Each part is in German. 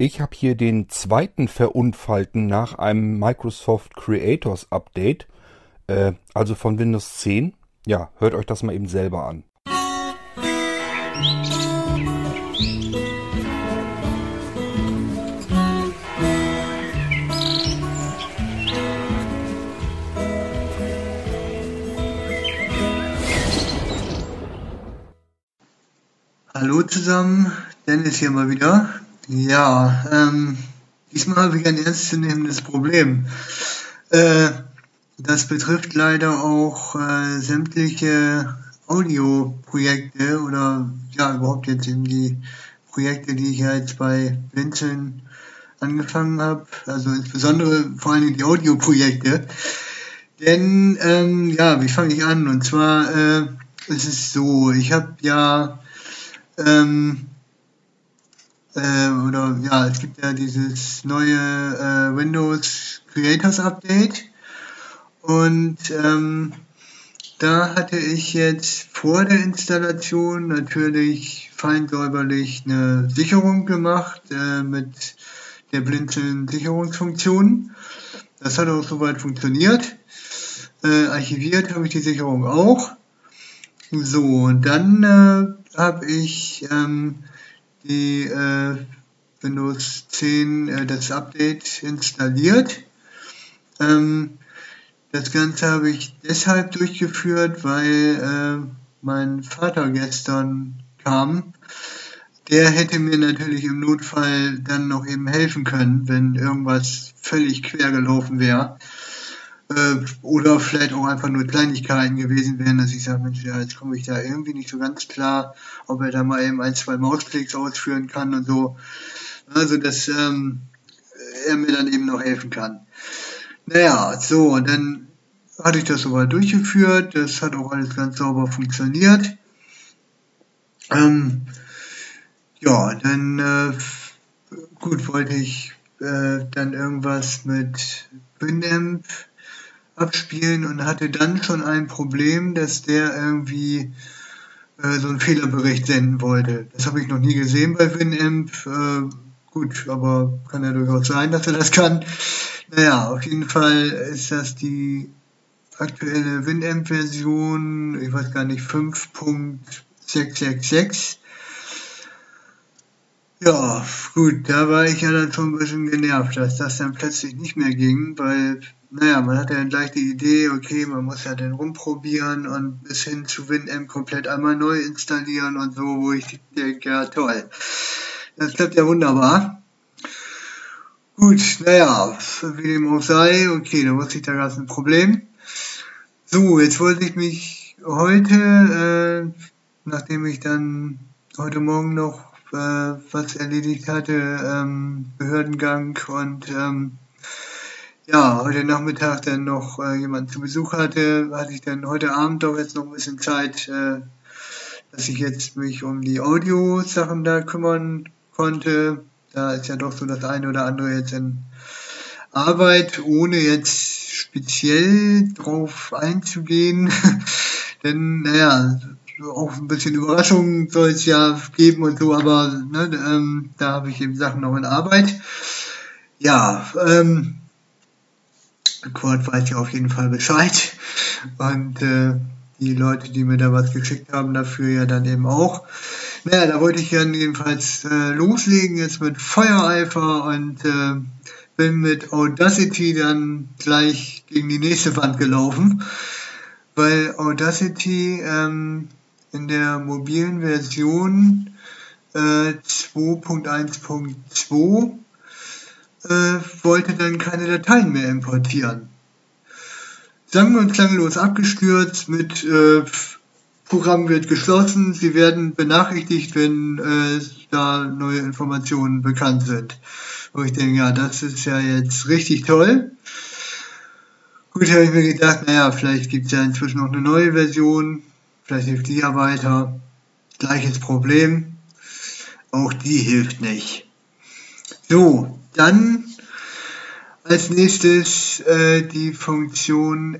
Ich habe hier den zweiten Verunfallten nach einem Microsoft Creators Update, also von Windows 10. Ja, hört euch das mal eben selber an. Hallo zusammen, Dennis hier mal wieder. Ja, diesmal habe ich ein ernstzunehmendes Problem. Das betrifft leider auch sämtliche Audioprojekte oder ja überhaupt jetzt eben die Projekte, die ich ja jetzt bei Blinzeln angefangen habe. Also insbesondere vor allen Dingen die Audioprojekte. Denn ja, wie fange ich an? Und zwar ist es so, ich habe ja oder ja, es gibt ja dieses neue Windows Creators Update und da hatte ich jetzt vor der Installation natürlich fein säuberlich eine Sicherung gemacht mit der Blinzeln Sicherungsfunktion. Das hat auch soweit funktioniert. Archiviert habe ich die Sicherung auch. So, und dann habe ich die Windows 10 das Update installiert. Das Ganze habe ich deshalb durchgeführt, weil mein Vater gestern kam. Der hätte mir natürlich im Notfall dann noch eben helfen können, wenn irgendwas völlig quer gelaufen wäre. Oder vielleicht auch einfach nur Kleinigkeiten gewesen wären, dass ich sage, Mensch, ja, jetzt komme ich da irgendwie nicht so ganz klar, ob er da mal eben 1, 2 Mausklicks ausführen kann und so. Also, dass er mir dann eben noch helfen kann. Naja, so, und dann hatte ich das soweit durchgeführt. Das hat auch alles ganz sauber funktioniert. Ja, dann gut, wollte ich dann irgendwas mit Winamp abspielen und hatte dann schon ein Problem, dass der irgendwie so einen Fehlerbericht senden wollte. Das habe ich noch nie gesehen bei Winamp. Gut, aber kann ja durchaus sein, dass er das kann. Naja, auf jeden Fall ist das die aktuelle Winamp-Version, ich weiß gar nicht, 5.666. Ja, gut, da war ich ja dann schon ein bisschen genervt, dass das dann plötzlich nicht mehr ging, weil, naja, man hat ja dann gleich die Idee, okay, man muss ja dann rumprobieren und bis hin zu Winamp komplett einmal neu installieren und so, wo ich denke, ja toll, das klappt ja wunderbar. Gut, naja, wie dem auch sei, okay, da wusste ich, da gab es ein Problem. So, jetzt wollte ich mich heute, nachdem ich dann heute Morgen noch was erledigt hatte, Behördengang und ja, heute Nachmittag dann noch jemanden zu Besuch hatte ich dann heute Abend doch jetzt noch ein bisschen Zeit, dass ich jetzt mich um die Audiosachen da kümmern konnte. Da ist ja doch so das eine oder andere jetzt in Arbeit, ohne jetzt speziell drauf einzugehen. Denn, naja, auch ein bisschen Überraschungen soll es ja geben und so, aber ne, da habe ich eben Sachen noch in Arbeit. Ja, Kurt weiß ja auf jeden Fall Bescheid und die Leute, die mir da was geschickt haben, dafür ja dann eben auch. Naja, da wollte ich dann jedenfalls loslegen, jetzt mit Feuereifer und bin mit Audacity dann gleich gegen die nächste Wand gelaufen, weil Audacity in der mobilen Version 2.1.2 wollte dann keine Dateien mehr importieren. Sang- und klanglos abgestürzt mit Programm wird geschlossen, Sie werden benachrichtigt, wenn da neue Informationen bekannt sind. Wo ich denke, ja, das ist ja jetzt richtig toll. Gut, habe ich mir gedacht, naja, vielleicht gibt es ja inzwischen noch eine neue Version, vielleicht hilft die ja weiter. Gleiches Problem, auch die hilft nicht. So, dann als nächstes die Funktion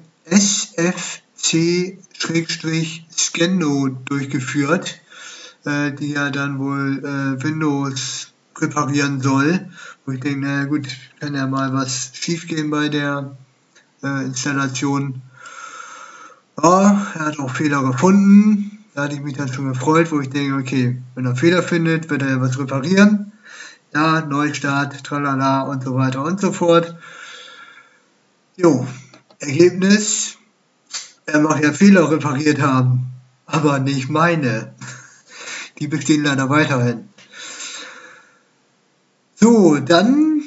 SFC-Scannode durchgeführt, die ja dann wohl Windows reparieren soll. Wo ich denke, naja gut, kann ja mal was schiefgehen bei der Installation. Ja, er hat auch Fehler gefunden. Da hatte ich mich dann schon gefreut, wo ich denke, okay, wenn er Fehler findet, wird er ja was reparieren. Ja, Neustart, tralala und so weiter und so fort. Jo, Ergebnis, er mag ja Fehler repariert haben, aber nicht meine. Die bestehen leider weiterhin. So, dann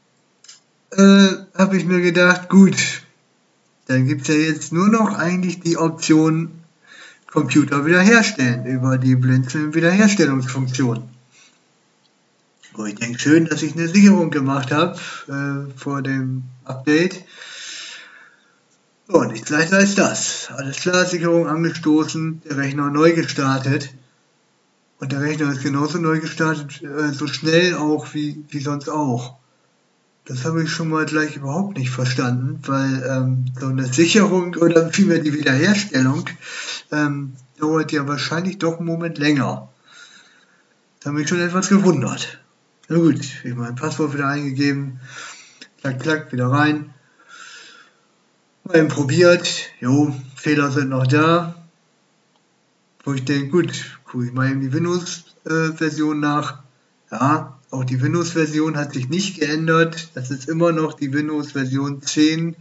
habe ich mir gedacht, gut, dann gibt es ja jetzt nur noch eigentlich die Option Computer wiederherstellen über die Blinzeln Wiederherstellungsfunktion. Wo ich denke, schön, dass ich eine Sicherung gemacht habe vor dem Update. So, nichts leichter als das. Alles klar, Sicherung angestoßen, der Rechner neu gestartet. Und der Rechner ist genauso neu gestartet, so schnell auch wie sonst auch. Das habe ich schon mal gleich überhaupt nicht verstanden, weil so eine Sicherung oder vielmehr die Wiederherstellung dauert ja wahrscheinlich doch einen Moment länger. Da habe ich schon etwas gewundert. Na gut, ich mein Passwort wieder eingegeben, klack, klack, wieder rein. Mal eben probiert, jo, Fehler sind noch da. Wo ich denke, gut, gucke ich mal eben die Windows-Version nach. Ja, auch die Windows-Version hat sich nicht geändert. Das ist immer noch die Windows-Version 10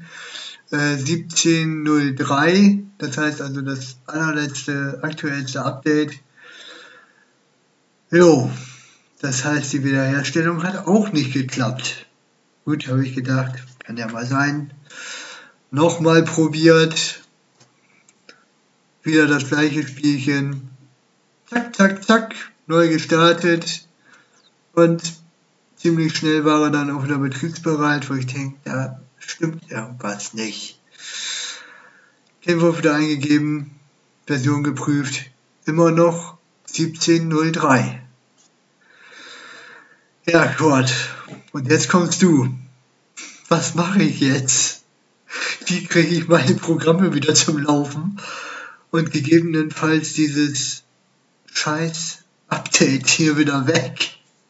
17.03. Das heißt also das allerletzte, aktuellste Update. Jo, das heißt die Wiederherstellung hat auch nicht geklappt. Gut, habe ich gedacht, kann ja mal sein. Nochmal probiert. Wieder das gleiche Spielchen. Zack, zack, zack. Neu gestartet. Und ziemlich schnell war er dann auch wieder betriebsbereit, wo ich denke, da stimmt irgendwas nicht. Kennwort wieder eingegeben. Version geprüft. Immer noch 17.03. Ja Gott. Und jetzt kommst du. Was mache ich jetzt? Wie kriege ich meine Programme wieder zum Laufen? Und gegebenenfalls dieses scheiß Update hier wieder weg.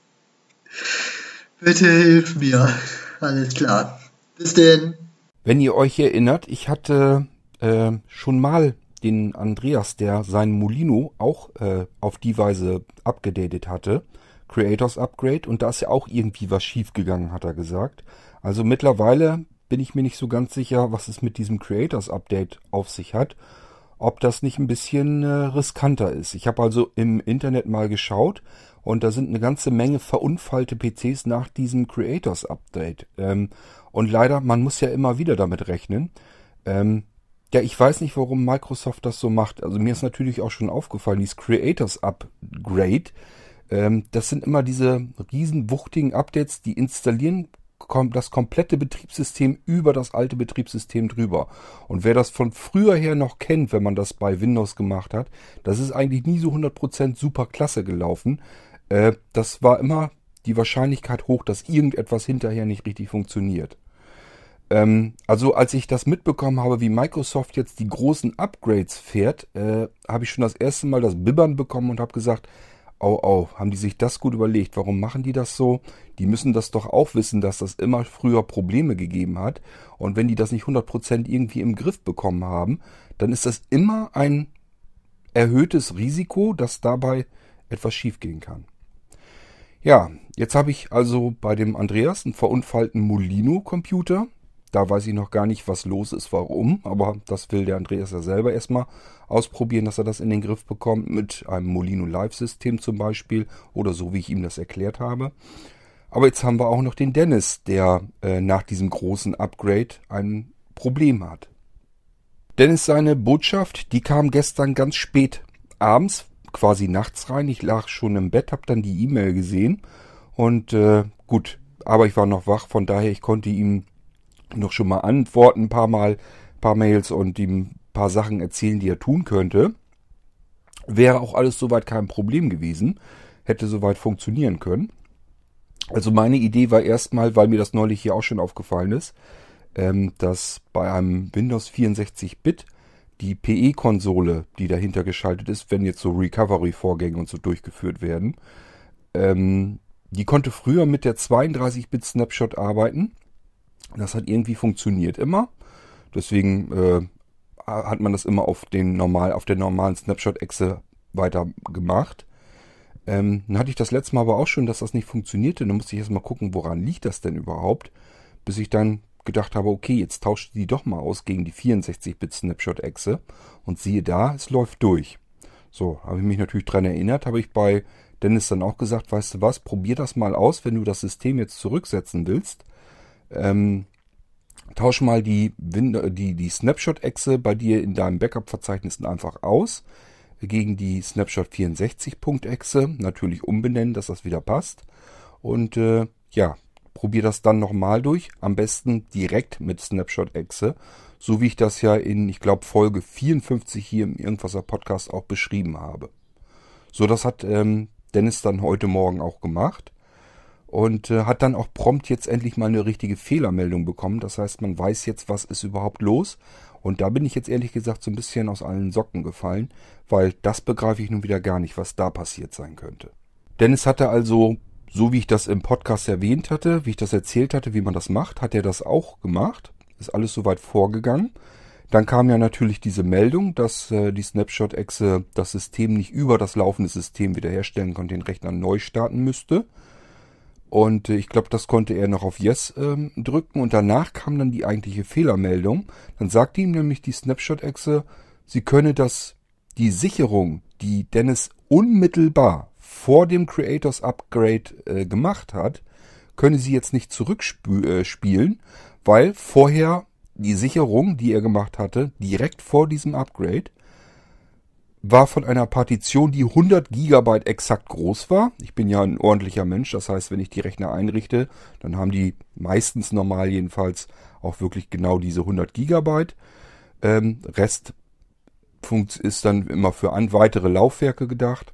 Bitte hilf mir. Alles klar. Bis denn. Wenn ihr euch erinnert, ich hatte schon mal den Andreas, der seinen Molino auch auf die Weise abgedatet hatte. Creators Upgrade. Und da ist ja auch irgendwie was schiefgegangen, hat er gesagt. Also mittlerweile bin ich mir nicht so ganz sicher, was es mit diesem Creators Update auf sich hat. Ob das nicht ein bisschen riskanter ist. Ich habe also im Internet mal geschaut und da sind eine ganze Menge verunfallte PCs nach diesem Creators Update. Und leider, man muss ja immer wieder damit rechnen. Ja, ich weiß nicht, warum Microsoft das so macht. Also mir ist natürlich auch schon aufgefallen, dieses Creators Upgrade, das sind immer diese riesen wuchtigen Updates, die installieren das komplette Betriebssystem über das alte Betriebssystem drüber. Und wer das von früher her noch kennt, wenn man das bei Windows gemacht hat, das ist eigentlich nie so 100% super klasse gelaufen. Das war immer die Wahrscheinlichkeit hoch, dass irgendetwas hinterher nicht richtig funktioniert. Also als ich das mitbekommen habe, wie Microsoft jetzt die großen Upgrades fährt, habe ich schon das erste Mal das Bibbern bekommen und habe gesagt, au, haben die sich das gut überlegt? Warum machen die das so? Die müssen das doch auch wissen, dass das immer früher Probleme gegeben hat. Und wenn die das nicht 100% irgendwie im Griff bekommen haben, dann ist das immer ein erhöhtes Risiko, dass dabei etwas schiefgehen kann. Ja, jetzt habe ich also bei dem Andreas einen verunfallten Molino-Computer. Da weiß ich noch gar nicht, was los ist, warum. Aber das will der Andreas ja selber erstmal ausprobieren, dass er das in den Griff bekommt. Mit einem Molino Live-System zum Beispiel. Oder so, wie ich ihm das erklärt habe. Aber jetzt haben wir auch noch den Dennis, der nach diesem großen Upgrade ein Problem hat. Dennis, seine Botschaft, die kam gestern ganz spät abends, quasi nachts rein. Ich lag schon im Bett, habe dann die E-Mail gesehen. Und gut, aber ich war noch wach, von daher, ich konnte ihm noch schon mal antworten, ein paar Mails und ihm ein paar Sachen erzählen, die er tun könnte. Wäre auch alles soweit kein Problem gewesen. Hätte soweit funktionieren können. Also meine Idee war erstmal, weil mir das neulich hier auch schon aufgefallen ist, dass bei einem Windows 64-Bit die PE-Konsole, die dahinter geschaltet ist, wenn jetzt so Recovery-Vorgänge und so durchgeführt werden, Die konnte früher mit der 32-Bit Snapshot arbeiten. Das hat irgendwie funktioniert immer. Deswegen hat man das immer auf der normalen Snapshot-Echse weiter gemacht. Dann hatte ich das letzte Mal aber auch schon, dass das nicht funktionierte. Dann musste ich erstmal gucken, woran liegt das denn überhaupt, bis ich dann gedacht habe, okay, jetzt tauscht die doch mal aus gegen die 64-Bit Snapshot-Echse und siehe da, es läuft durch. So, habe ich mich natürlich dran erinnert, habe ich bei Dennis dann auch gesagt, weißt du was, probier das mal aus, wenn du das System jetzt zurücksetzen willst. Tausch mal die Snapshot-Echse bei dir in deinem Backup-Verzeichnissen einfach aus gegen die Snapshot 64-Punkt-Echse. Natürlich umbenennen, dass das wieder passt. Und probier das dann nochmal durch. Am besten direkt mit Snapshot-Echse. So wie ich das ja in, ich glaube, Folge 54 hier im Irgendwaser Podcast auch beschrieben habe. So, das hat Dennis dann heute Morgen auch gemacht. Und hat dann auch prompt jetzt endlich mal eine richtige Fehlermeldung bekommen. Das heißt, man weiß jetzt, was ist überhaupt los. Und da bin ich jetzt ehrlich gesagt so ein bisschen aus allen Socken gefallen, weil das begreife ich nun wieder gar nicht, was da passiert sein könnte. Dennis hatte also, so wie ich das im Podcast erwähnt hatte, wie ich das erzählt hatte, wie man das macht, hat er das auch gemacht. Ist alles soweit vorgegangen. Dann kam ja natürlich diese Meldung, dass die Snapshot-Echse das System nicht über das laufende System wiederherstellen konnte, den Rechner neu starten müsste. Und ich glaube, das konnte er noch auf Yes drücken. Und danach kam dann die eigentliche Fehlermeldung. Dann sagte ihm nämlich die Snapshot-Echse, sie könne die Sicherung, die Dennis unmittelbar vor dem Creators Upgrade gemacht hat, könne sie jetzt nicht zurückspielen, weil vorher die Sicherung, die er gemacht hatte, direkt vor diesem Upgrade, war von einer Partition, die 100 Gigabyte exakt groß war. Ich bin ja ein ordentlicher Mensch, das heißt, wenn ich die Rechner einrichte, dann haben die meistens normal jedenfalls auch wirklich genau diese 100 Gigabyte. Rest ist dann immer für weitere Laufwerke gedacht.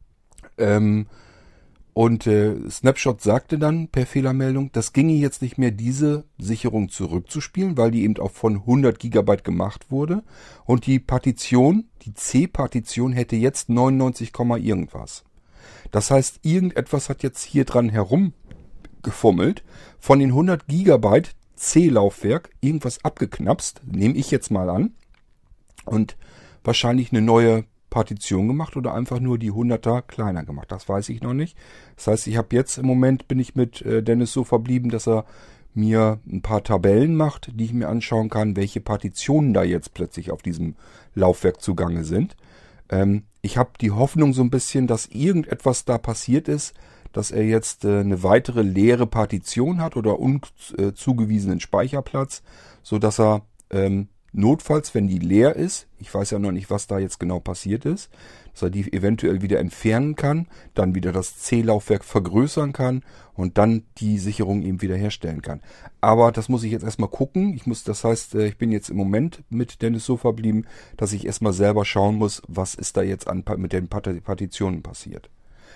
Snapshot sagte dann per Fehlermeldung, das ginge jetzt nicht mehr, diese Sicherung zurückzuspielen, weil die eben auch von 100 Gigabyte gemacht wurde. Und die Partition, die C-Partition hätte jetzt 99, irgendwas. Das heißt, irgendetwas hat jetzt hier dran herumgefummelt, von den 100 Gigabyte C-Laufwerk irgendwas abgeknapst, nehme ich jetzt mal an, und wahrscheinlich eine neue Partition gemacht oder einfach nur die 100er kleiner gemacht. Das weiß ich noch nicht. Das heißt, im Moment bin ich mit Dennis so verblieben, dass er mir ein paar Tabellen macht, die ich mir anschauen kann, welche Partitionen da jetzt plötzlich auf diesem Laufwerk zugange sind. Ich habe die Hoffnung so ein bisschen, dass irgendetwas da passiert ist, dass er jetzt eine weitere leere Partition hat oder zugewiesenen Speicherplatz, so dass er notfalls, wenn die leer ist, ich weiß ja noch nicht, was da jetzt genau passiert ist, dass er die eventuell wieder entfernen kann, dann wieder das C-Laufwerk vergrößern kann und dann die Sicherung eben wieder herstellen kann. Aber das muss ich jetzt erstmal gucken. Ich bin jetzt im Moment mit Dennis so verblieben, dass ich erstmal selber schauen muss, was ist da jetzt mit den Partitionen passiert.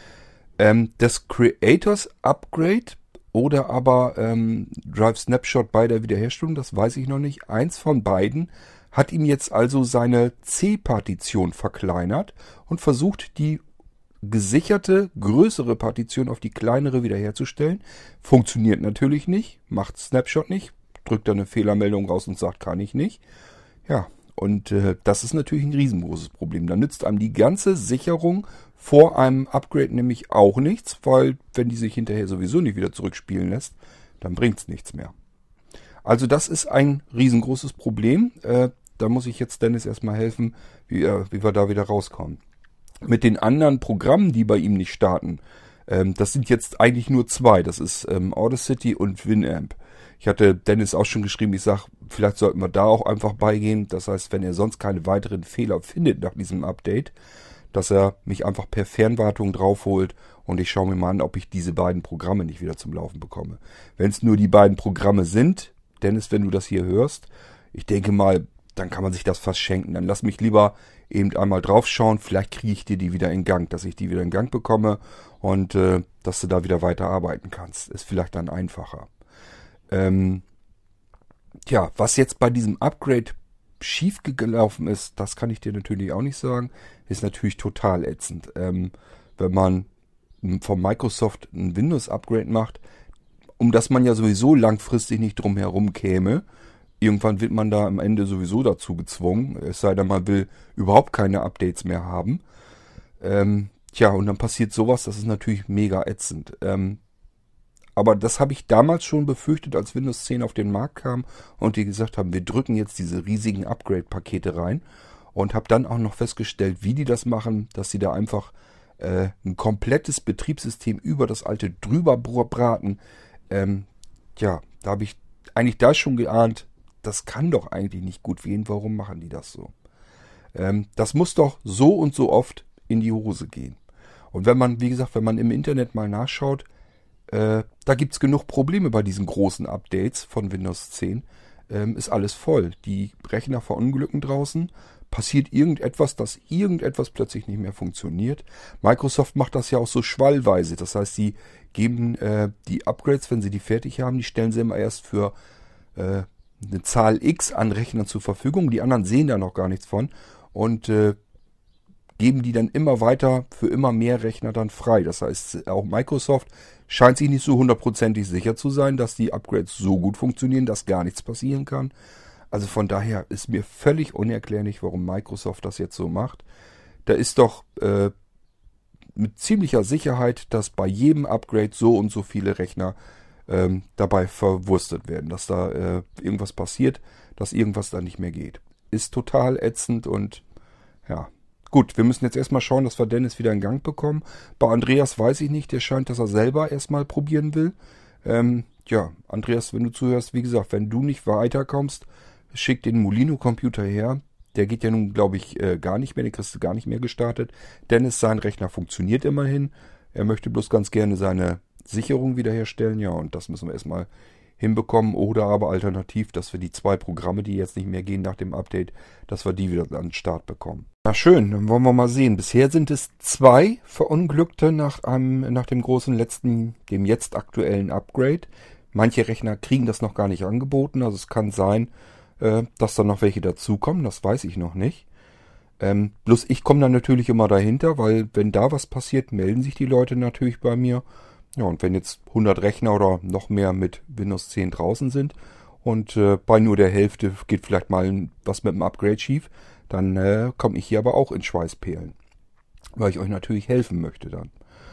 Das Creators Upgrade oder aber Drive Snapshot bei der Wiederherstellung, das weiß ich noch nicht. Eins von beiden hat ihm jetzt also seine C-Partition verkleinert und versucht, die gesicherte, größere Partition auf die kleinere wiederherzustellen. Funktioniert natürlich nicht, macht Snapshot nicht, drückt dann eine Fehlermeldung raus und sagt, kann ich nicht. Ja, und das ist natürlich ein riesengroßes Problem. Da nützt einem die ganze Sicherung vor einem Upgrade nämlich auch nichts, weil wenn die sich hinterher sowieso nicht wieder zurückspielen lässt, dann bringt es nichts mehr. Also das ist ein riesengroßes Problem. Da muss ich jetzt Dennis erstmal helfen, wie wir da wieder rauskommen. Mit den anderen Programmen, die bei ihm nicht starten, das sind jetzt eigentlich nur zwei. Das ist Audacity und Winamp. Ich hatte Dennis auch schon geschrieben, ich sage, vielleicht sollten wir da auch einfach beigehen. Das heißt, wenn er sonst keine weiteren Fehler findet nach diesem Update, dass er mich einfach per Fernwartung draufholt und ich schaue mir mal an, ob ich diese beiden Programme nicht wieder zum Laufen bekomme. Wenn es nur die beiden Programme sind, Dennis, wenn du das hier hörst, ich denke mal, dann kann man sich das fast schenken. Dann lass mich lieber eben einmal draufschauen, vielleicht kriege ich dir die wieder in Gang, dass ich die wieder in Gang bekomme und dass du da wieder weiter arbeiten kannst. Ist vielleicht dann einfacher. Was jetzt bei diesem Upgrade schief gelaufen ist, das kann ich dir natürlich auch nicht sagen. Ist natürlich total ätzend. Wenn man von Microsoft ein Windows-Upgrade macht, um das man ja sowieso langfristig nicht drum herum käme. Irgendwann wird man da am Ende sowieso dazu gezwungen, es sei denn, man will überhaupt keine Updates mehr haben. Tja, und dann passiert sowas, das ist natürlich mega ätzend. Aber das habe ich damals schon befürchtet, als Windows 10 auf den Markt kam und die gesagt haben, wir drücken jetzt diese riesigen Upgrade-Pakete rein. Und habe dann auch noch festgestellt, wie die das machen, dass sie da einfach ein komplettes Betriebssystem über das alte drüber braten. Ja, da habe ich eigentlich da schon geahnt, das kann doch eigentlich nicht gut gehen. Warum machen die das so? Das muss doch so und so oft in die Hose gehen. Und wenn man, wie gesagt, wenn man im Internet mal nachschaut, da gibt es genug Probleme bei diesen großen Updates von Windows 10. Ist alles voll. Die Rechner verunglücken draußen. Passiert irgendetwas, dass irgendetwas plötzlich nicht mehr funktioniert. Microsoft macht das ja auch so schwallweise. Das heißt, sie geben die Upgrades, wenn sie die fertig haben, die stellen sie immer erst für eine Zahl X an Rechnern zur Verfügung. Die anderen sehen da noch gar nichts von. Und geben die dann immer weiter für immer mehr Rechner dann frei. Das heißt, auch Microsoft scheint sich nicht so hundertprozentig sicher zu sein, dass die Upgrades so gut funktionieren, dass gar nichts passieren kann. Also von daher ist mir völlig unerklärlich, warum Microsoft das jetzt so macht. Da ist doch mit ziemlicher Sicherheit, dass bei jedem Upgrade so und so viele Rechner dabei verwurstet werden, dass da irgendwas passiert, dass irgendwas da nicht mehr geht. Ist total ätzend und ja. Gut, wir müssen jetzt erstmal schauen, dass wir Dennis wieder in Gang bekommen. Bei Andreas weiß ich nicht, der scheint, dass er selber erstmal probieren will. Ja, Andreas, wenn du zuhörst, wie gesagt, wenn du nicht weiterkommst, schick den Molino-Computer her. Der geht ja nun, glaube ich, gar nicht mehr, den kriegst du gar nicht mehr gestartet. Dennis, sein Rechner funktioniert immerhin. Er möchte bloß ganz gerne seine Sicherung wiederherstellen. Ja, und das müssen wir erstmal hinbekommen. Oder aber alternativ, dass wir die 2 Programme, die jetzt nicht mehr gehen nach dem Update, dass wir die wieder an den Start bekommen. Na schön, dann wollen wir mal sehen. Bisher sind es 2 Verunglückte nach dem großen letzten, dem jetzt aktuellen Upgrade. Manche Rechner kriegen das noch gar nicht angeboten. Also es kann sein, dass da noch welche dazukommen. Das weiß ich noch nicht. Bloß ich komme dann natürlich immer dahinter, weil wenn da was passiert, melden sich die Leute natürlich bei mir. Ja, und wenn jetzt 100 Rechner oder noch mehr mit Windows 10 draußen sind und bei nur der Hälfte geht vielleicht mal was mit dem Upgrade schief, dann komme ich hier aber auch in Schweißperlen, weil ich euch natürlich helfen möchte dann.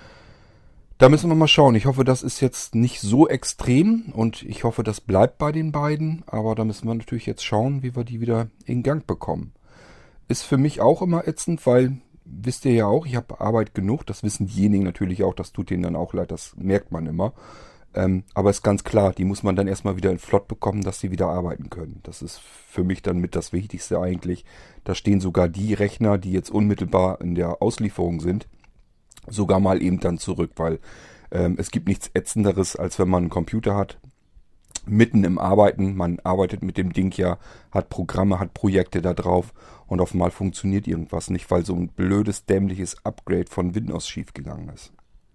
Da müssen wir mal schauen. Ich hoffe, das ist jetzt nicht so extrem und ich hoffe, das bleibt bei den beiden, aber da müssen wir natürlich jetzt schauen, wie wir die wieder in Gang bekommen. Ist für mich auch immer ätzend, weil, wisst ihr ja auch, ich habe Arbeit genug, das wissen diejenigen natürlich auch, das tut denen dann auch leid, das merkt man immer. Aber ist ganz klar, die muss man dann erstmal wieder in Flott bekommen, dass sie wieder arbeiten können. Das ist für mich dann mit das Wichtigste eigentlich. Da stehen sogar die Rechner, die jetzt unmittelbar in der Auslieferung sind, sogar mal eben dann zurück, weil es gibt nichts Ätzenderes, als wenn man einen Computer hat, mitten im Arbeiten, man arbeitet mit dem Ding ja, hat Programme, hat Projekte da drauf und auf einmal funktioniert irgendwas nicht, weil so ein blödes, dämliches Upgrade von Windows schiefgegangen ist.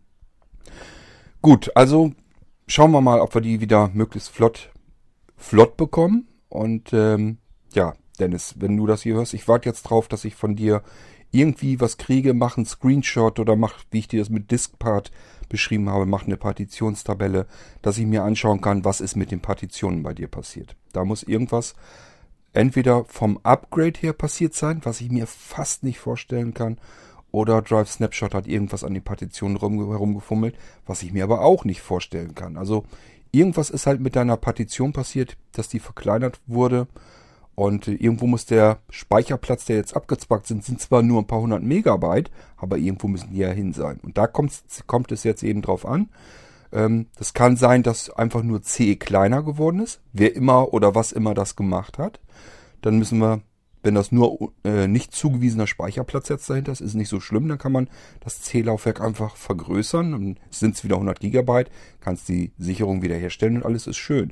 Gut, also schauen wir mal, ob wir die wieder möglichst flott bekommen. Und ja, Dennis, wenn du das hier hörst, ich warte jetzt drauf, dass ich von dir irgendwie was kriege, mach einen Screenshot oder mach, wie ich dir das mit Diskpart beschrieben habe, mach eine Partitionstabelle, dass ich mir anschauen kann, was ist mit den Partitionen bei dir passiert. Da muss irgendwas entweder vom Upgrade her passiert sein, was ich mir fast nicht vorstellen kann, oder Drive Snapshot hat irgendwas an den Partitionen herumgefummelt, was ich mir aber auch nicht vorstellen kann. Also irgendwas ist halt mit deiner Partition passiert, dass die verkleinert wurde. Und irgendwo muss der Speicherplatz, der jetzt abgezwackt sind zwar nur ein paar 100 Megabyte, aber irgendwo müssen die ja hin sein. Und da kommt es jetzt eben drauf an. Das kann sein, dass einfach nur C kleiner geworden ist. Wer immer oder was immer das gemacht hat. Dann müssen wir, wenn das nur nicht zugewiesener Speicherplatz jetzt dahinter ist, ist nicht so schlimm. Dann kann man das C-Laufwerk einfach vergrößern. Dann sind es wieder 100 Gigabyte. Kannst die Sicherung wiederherstellen und alles ist schön.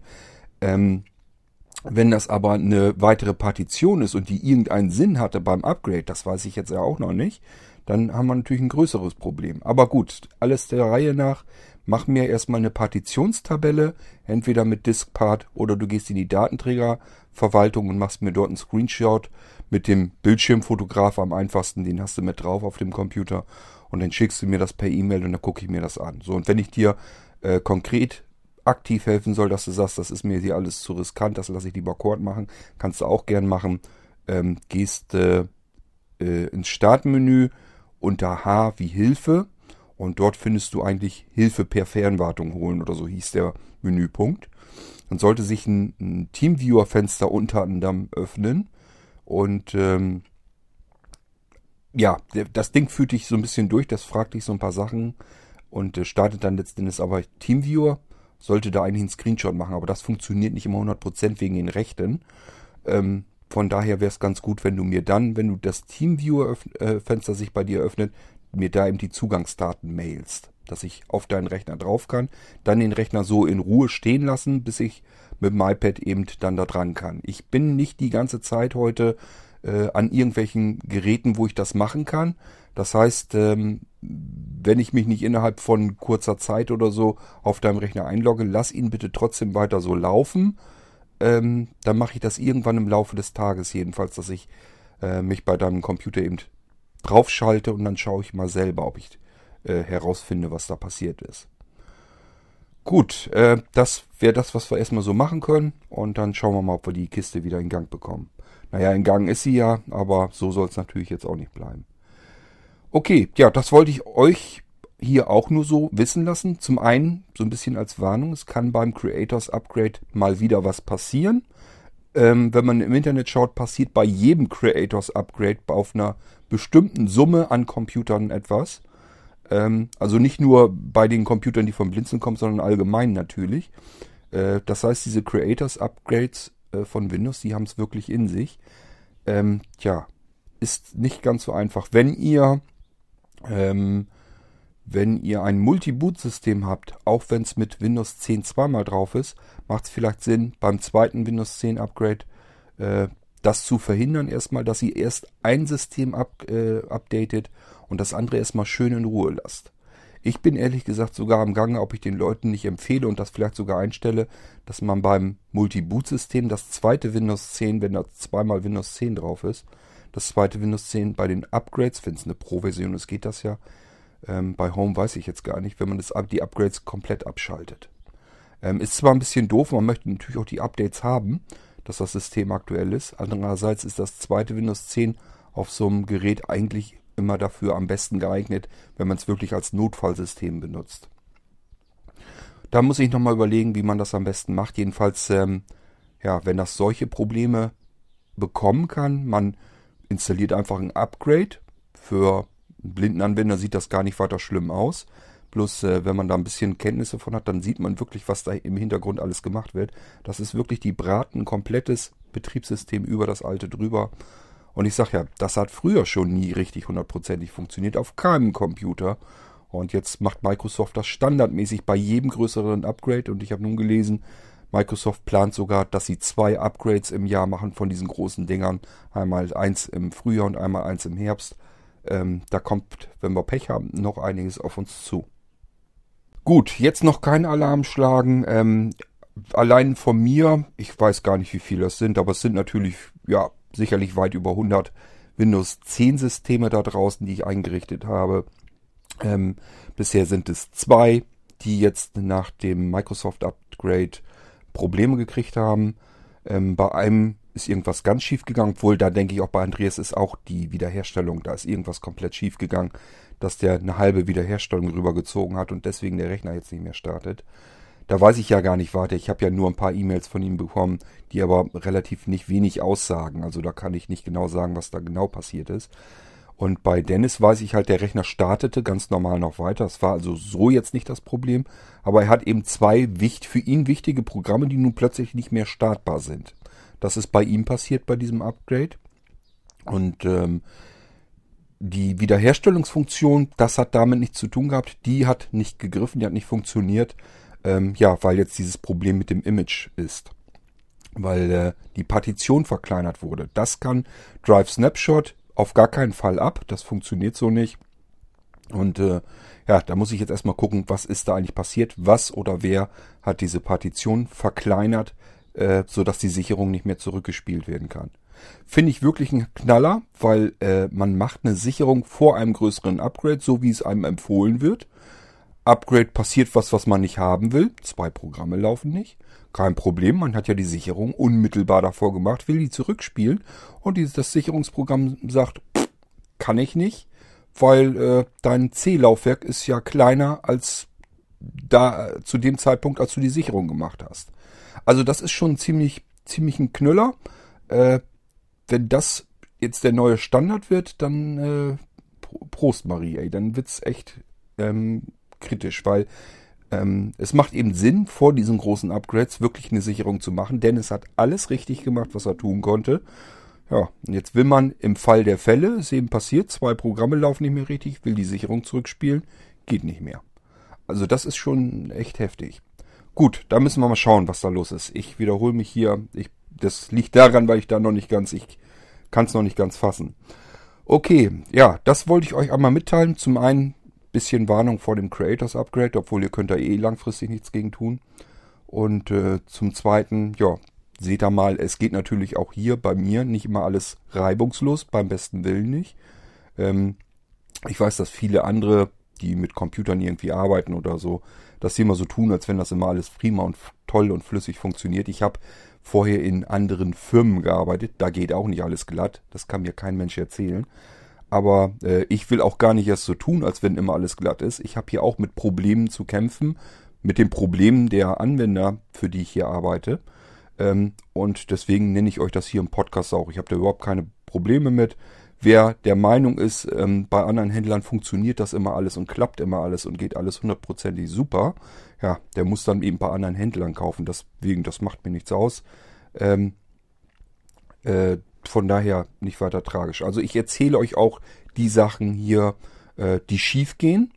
Wenn das aber eine weitere Partition ist und die irgendeinen Sinn hatte beim Upgrade, das weiß ich jetzt ja auch noch nicht, dann haben wir natürlich ein größeres Problem. Aber gut, alles der Reihe nach, mach mir erstmal eine Partitionstabelle, entweder mit Diskpart oder du gehst in die Datenträgerverwaltung und machst mir dort einen Screenshot mit dem Bildschirmfotograf am einfachsten, den hast du mit drauf auf dem Computer und dann schickst du mir das per E-Mail und dann gucke ich mir das an. So, und wenn ich dir konkret aktiv helfen soll, dass du sagst, das ist mir hier alles zu riskant, das lasse ich lieber Cord machen, kannst du auch gern machen. Gehst ins Startmenü unter H wie Hilfe und dort findest du eigentlich Hilfe per Fernwartung holen oder so hieß der Menüpunkt. Dann sollte sich ein Teamviewer-Fenster unter anderem öffnen und ja, das Ding führt dich so ein bisschen durch, das fragt dich so ein paar Sachen und startet dann letztendlich aber Teamviewer, sollte da eigentlich einen Screenshot machen, aber das funktioniert nicht immer 100% wegen den Rechten. Von daher wäre es ganz gut, wenn du mir dann, wenn du das Teamviewer-Fenster sich bei dir öffnet, mir da eben die Zugangsdaten mailst, dass ich auf deinen Rechner drauf kann, dann den Rechner so in Ruhe stehen lassen, bis ich mit dem iPad eben dann da dran kann. Ich bin nicht die ganze Zeit heute an irgendwelchen Geräten, wo ich das machen kann. Das heißt, wenn ich mich nicht innerhalb von kurzer Zeit oder so auf deinem Rechner einlogge, lass ihn bitte trotzdem weiter so laufen. Dann mache ich das irgendwann im Laufe des Tages jedenfalls, dass ich mich bei deinem Computer eben draufschalte und dann schaue ich mal selber, ob ich herausfinde, was da passiert ist. Gut, das wäre das, was wir erstmal so machen können und dann schauen wir mal, ob wir die Kiste wieder in Gang bekommen. Naja, in Gang ist sie ja, aber so soll es natürlich jetzt auch nicht bleiben. Okay, ja, das wollte ich euch hier auch nur so wissen lassen. Zum einen so ein bisschen als Warnung, es kann beim Creators Upgrade mal wieder was passieren. Wenn man im Internet schaut, passiert bei jedem Creators Upgrade auf einer bestimmten Summe an Computern etwas. Also nicht nur bei den Computern, die vom Blinzeln kommen, sondern allgemein natürlich. Das heißt, diese Creators Upgrades von Windows, die haben es wirklich in sich. Ist nicht ganz so einfach. Wenn ihr ein Multi-Boot-System habt, auch wenn es mit Windows 10 zweimal drauf ist, macht es vielleicht Sinn, beim zweiten Windows 10 Upgrade das zu verhindern erstmal, dass ihr erst ein System updatet und das andere erstmal schön in Ruhe lasst. Ich bin ehrlich gesagt sogar am Gange, ob ich den Leuten nicht empfehle und das vielleicht sogar einstelle, dass man beim Multi-Boot-System das zweite Windows 10, wenn da zweimal Windows 10 drauf ist, das zweite Windows 10 bei den Upgrades, wenn es eine Pro-Version ist, geht das ja. Bei Home weiß ich jetzt gar nicht, wenn man die Upgrades komplett abschaltet. Ist zwar ein bisschen doof, man möchte natürlich auch die Updates haben, dass das System aktuell ist. Andererseits ist das zweite Windows 10 auf so einem Gerät eigentlich immer dafür am besten geeignet, wenn man es wirklich als Notfallsystem benutzt. Da muss ich nochmal überlegen, wie man das am besten macht. Jedenfalls, wenn das solche Probleme bekommen kann, man installiert einfach ein Upgrade. Für einen blinden Anwender sieht das gar nicht weiter schlimm aus. Bloß wenn man da ein bisschen Kenntnisse von hat, dann sieht man wirklich, was da im Hintergrund alles gemacht wird. Das ist wirklich die Braten, ein komplettes Betriebssystem über das alte drüber. Und ich sage ja, das hat früher schon nie richtig hundertprozentig funktioniert auf keinem Computer. Und jetzt macht Microsoft das standardmäßig bei jedem größeren Upgrade. Und ich habe nun gelesen, Microsoft plant sogar, dass sie 2 Upgrades im Jahr machen von diesen großen Dingern. Einmal eins im Frühjahr und einmal eins im Herbst. Da kommt, wenn wir Pech haben, noch einiges auf uns zu. Gut, jetzt noch kein Alarm schlagen. Allein von mir, ich weiß gar nicht, wie viele das sind, aber es sind natürlich, ja, sicherlich weit über 100 Windows 10 Systeme da draußen, die ich eingerichtet habe. Bisher sind es 2, die jetzt nach dem Microsoft Upgrade Probleme gekriegt haben. Bei einem ist irgendwas ganz schief gegangen, obwohl da denke ich auch bei Andreas ist auch die Wiederherstellung, da ist irgendwas komplett schief gegangen, dass der eine halbe Wiederherstellung rübergezogen hat und deswegen der Rechner jetzt nicht mehr startet. Da weiß ich ja gar nicht weiter. Ich habe ja nur ein paar E-Mails von ihm bekommen, die aber relativ nicht wenig aussagen. Also da kann ich nicht genau sagen, was da genau passiert ist. Und bei Dennis weiß ich halt, der Rechner startete ganz normal noch weiter. Das war also so jetzt nicht das Problem. Aber er hat eben 2 für ihn wichtige Programme, die nun plötzlich nicht mehr startbar sind. Das ist bei ihm passiert bei diesem Upgrade. Und die Wiederherstellungsfunktion, das hat damit nichts zu tun gehabt. Die hat nicht gegriffen, die hat nicht funktioniert. Weil jetzt dieses Problem mit dem Image ist. Weil die Partition verkleinert wurde. Das kann Drive Snapshot auf gar keinen Fall ab. Das funktioniert so nicht. Und da muss ich jetzt erstmal gucken, was ist da eigentlich passiert. Was oder wer hat diese Partition verkleinert, sodass die Sicherung nicht mehr zurückgespielt werden kann. Finde ich wirklich ein Knaller, weil man macht eine Sicherung vor einem größeren Upgrade, so wie es einem empfohlen wird. Upgrade passiert was man nicht haben will. 2 Programme laufen nicht. Kein Problem, man hat ja die Sicherung unmittelbar davor gemacht, will die zurückspielen. Und das Sicherungsprogramm sagt, kann ich nicht, weil dein C-Laufwerk ist ja kleiner als da zu dem Zeitpunkt, als du die Sicherung gemacht hast. Also das ist schon ziemlich ein Knüller. Wenn das jetzt der neue Standard wird, dann Prost Marie, ey, dann wird's echt kritisch, weil es macht eben Sinn, vor diesen großen Upgrades wirklich eine Sicherung zu machen. Dennis hat alles richtig gemacht, was er tun konnte. Ja, und jetzt will man im Fall der Fälle, ist eben passiert, 2 Programme laufen nicht mehr richtig, will die Sicherung zurückspielen, geht nicht mehr. Also das ist schon echt heftig. Gut, da müssen wir mal schauen, was da los ist. Ich wiederhole mich hier. Das liegt daran, weil ich kann es noch nicht ganz fassen. Okay, ja, das wollte ich euch einmal mitteilen. Zum einen bisschen Warnung vor dem Creators Upgrade, obwohl ihr könnt da langfristig nichts gegen tun. Und zum zweiten, ja, seht ihr mal, es geht natürlich auch hier bei mir nicht immer alles reibungslos, beim besten Willen nicht. Ich weiß, dass viele andere, die mit Computern irgendwie arbeiten oder so, dass sie immer so tun, als wenn das immer alles prima und toll und flüssig funktioniert. Ich habe vorher in anderen Firmen gearbeitet, da geht auch nicht alles glatt, das kann mir kein Mensch erzählen. Aber ich will auch gar nicht erst so tun, als wenn immer alles glatt ist. Ich habe hier auch mit Problemen zu kämpfen, mit den Problemen der Anwender, für die ich hier arbeite. Und deswegen nenne ich euch das hier im Podcast auch. Ich habe da überhaupt keine Probleme mit. Wer der Meinung ist, bei anderen Händlern funktioniert das immer alles und klappt immer alles und geht alles 100%ig super, ja, der muss dann eben bei anderen Händlern kaufen. Deswegen, das macht mir nichts aus. Von daher nicht weiter tragisch. Also ich erzähle euch auch die Sachen hier, die schief gehen.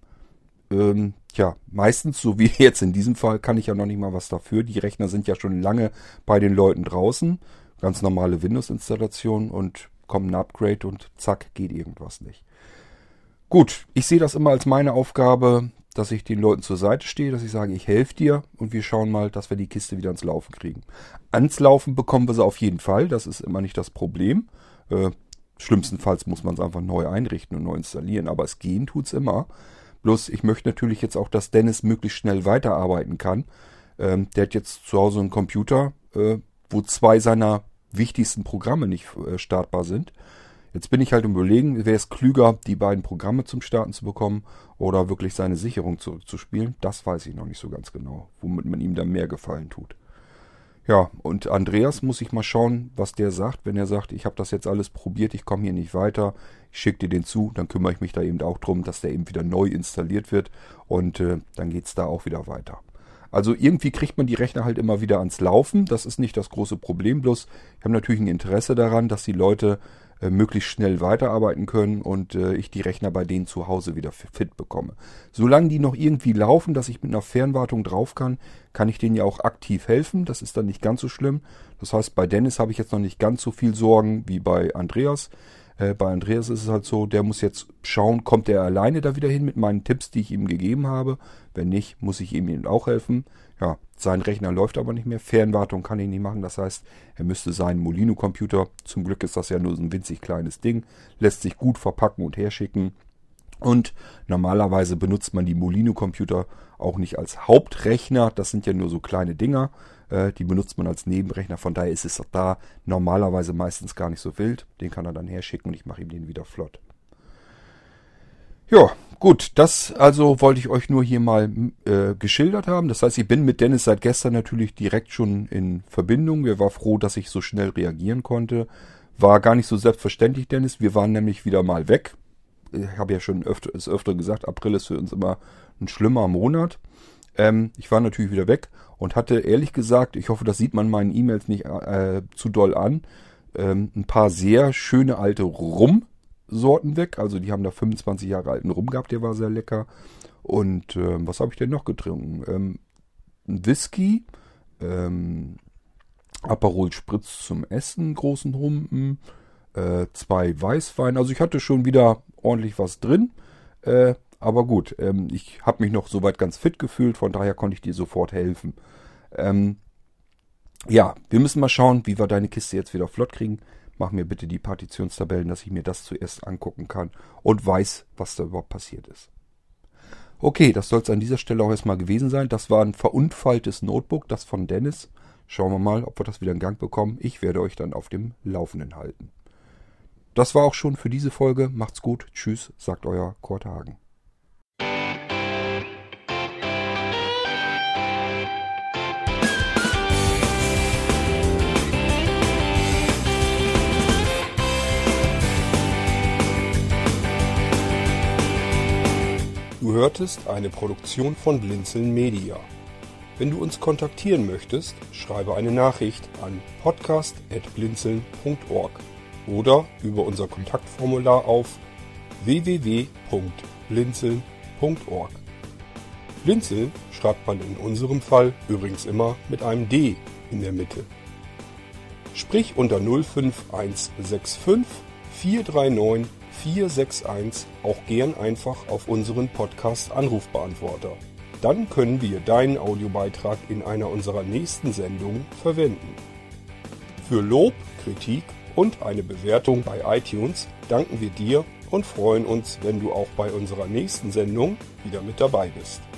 Meistens, so wie jetzt in diesem Fall, kann ich ja noch nicht mal was dafür. Die Rechner sind ja schon lange bei den Leuten draußen. Ganz normale Windows-Installation und kommt ein Upgrade und zack, geht irgendwas nicht. Gut, ich sehe das immer als meine Aufgabe, dass ich den Leuten zur Seite stehe, dass ich sage, ich helfe dir und wir schauen mal, dass wir die Kiste wieder ans Laufen kriegen. Ans Laufen bekommen wir sie auf jeden Fall, das ist immer nicht das Problem. Schlimmstenfalls muss man es einfach neu einrichten und neu installieren, aber es gehen tut's immer. Bloß ich möchte natürlich jetzt auch, dass Dennis möglichst schnell weiterarbeiten kann. Der hat jetzt zu Hause einen Computer, wo 2 seiner wichtigsten Programme nicht startbar sind. Jetzt bin ich halt im Überlegen, wäre es klüger, die beiden Programme zum Starten zu bekommen oder wirklich seine Sicherung zurückzuspielen. Das weiß ich noch nicht so ganz genau, womit man ihm dann mehr Gefallen tut. Ja, und Andreas muss ich mal schauen, was der sagt. Wenn er sagt, ich habe das jetzt alles probiert, ich komme hier nicht weiter, ich schicke dir den zu, dann kümmere ich mich da eben auch drum, dass der eben wieder neu installiert wird und dann geht's da auch wieder weiter. Also irgendwie kriegt man die Rechner halt immer wieder ans Laufen. Das ist nicht das große Problem. Bloß ich habe natürlich ein Interesse daran, dass die Leute möglichst schnell weiterarbeiten können und ich die Rechner bei denen zu Hause wieder fit bekomme. Solange die noch irgendwie laufen, dass ich mit einer Fernwartung drauf kann ich denen ja auch aktiv helfen. Das ist dann nicht ganz so schlimm. Das heißt, bei Dennis habe ich jetzt noch nicht ganz so viel Sorgen wie bei Andreas. Bei Andreas ist es halt so, der muss jetzt schauen, kommt er alleine da wieder hin mit meinen Tipps, die ich ihm gegeben habe. Wenn nicht, muss ich ihm auch helfen. Ja, sein Rechner läuft aber nicht mehr. Fernwartung kann ich nicht machen. Das heißt, er müsste seinen Molino-Computer, zum Glück ist das ja nur so ein winzig kleines Ding, lässt sich gut verpacken und herschicken. Und normalerweise benutzt man die Molino-Computer auch nicht als Hauptrechner. Das sind ja nur so kleine Dinger. Die benutzt man als Nebenrechner. Von daher ist es da normalerweise meistens gar nicht so wild. Den kann er dann herschicken und ich mache ihm den wieder flott. Ja, gut. Das also wollte ich euch nur hier mal geschildert haben. Das heißt, ich bin mit Dennis seit gestern natürlich direkt schon in Verbindung. Wir waren froh, dass ich so schnell reagieren konnte. War gar nicht so selbstverständlich, Dennis. Wir waren nämlich wieder mal weg. Ich habe ja schon öfter gesagt, April ist für uns immer ein schlimmer Monat. Ich war natürlich wieder weg und hatte ehrlich gesagt, ich hoffe, das sieht man meinen E-Mails nicht zu doll an, ein paar sehr schöne alte Rum-Sorten weg. Also die haben da 25 Jahre alten Rum gehabt, der war sehr lecker. Und was habe ich denn noch getrunken? Ein Whisky, Aperol Spritz zum Essen, großen Humpen, 2 Weißwein. Also ich hatte schon wieder ordentlich was drin. Aber gut, ich habe mich noch soweit ganz fit gefühlt, von daher konnte ich dir sofort helfen. Ja, wir müssen mal schauen, wie wir deine Kiste jetzt wieder flott kriegen. mach mir bitte die Partitionstabellen, dass ich mir das zuerst angucken kann und weiß, was da überhaupt passiert ist. Okay, das soll es an dieser Stelle auch erstmal gewesen sein. Das war ein verunfalltes Notebook, das von Dennis. Schauen wir mal, ob wir das wieder in Gang bekommen. Ich werde euch dann auf dem Laufenden halten. Das war auch schon für diese Folge. Macht's gut. Tschüss, sagt euer Kurt Hagen. Du hörtest eine Produktion von Blinzeln Media. Wenn du uns kontaktieren möchtest, schreibe eine Nachricht an podcast@blinzeln.org oder über unser Kontaktformular auf www.blinzeln.org. Blinzeln schreibt man in unserem Fall übrigens immer mit einem D in der Mitte. Sprich unter 05165 439 461 auch gern einfach auf unseren Podcast-Anrufbeantworter. Dann können wir deinen Audiobeitrag in einer unserer nächsten Sendungen verwenden. Für Lob, Kritik und eine Bewertung bei iTunes danken wir dir und freuen uns, wenn du auch bei unserer nächsten Sendung wieder mit dabei bist.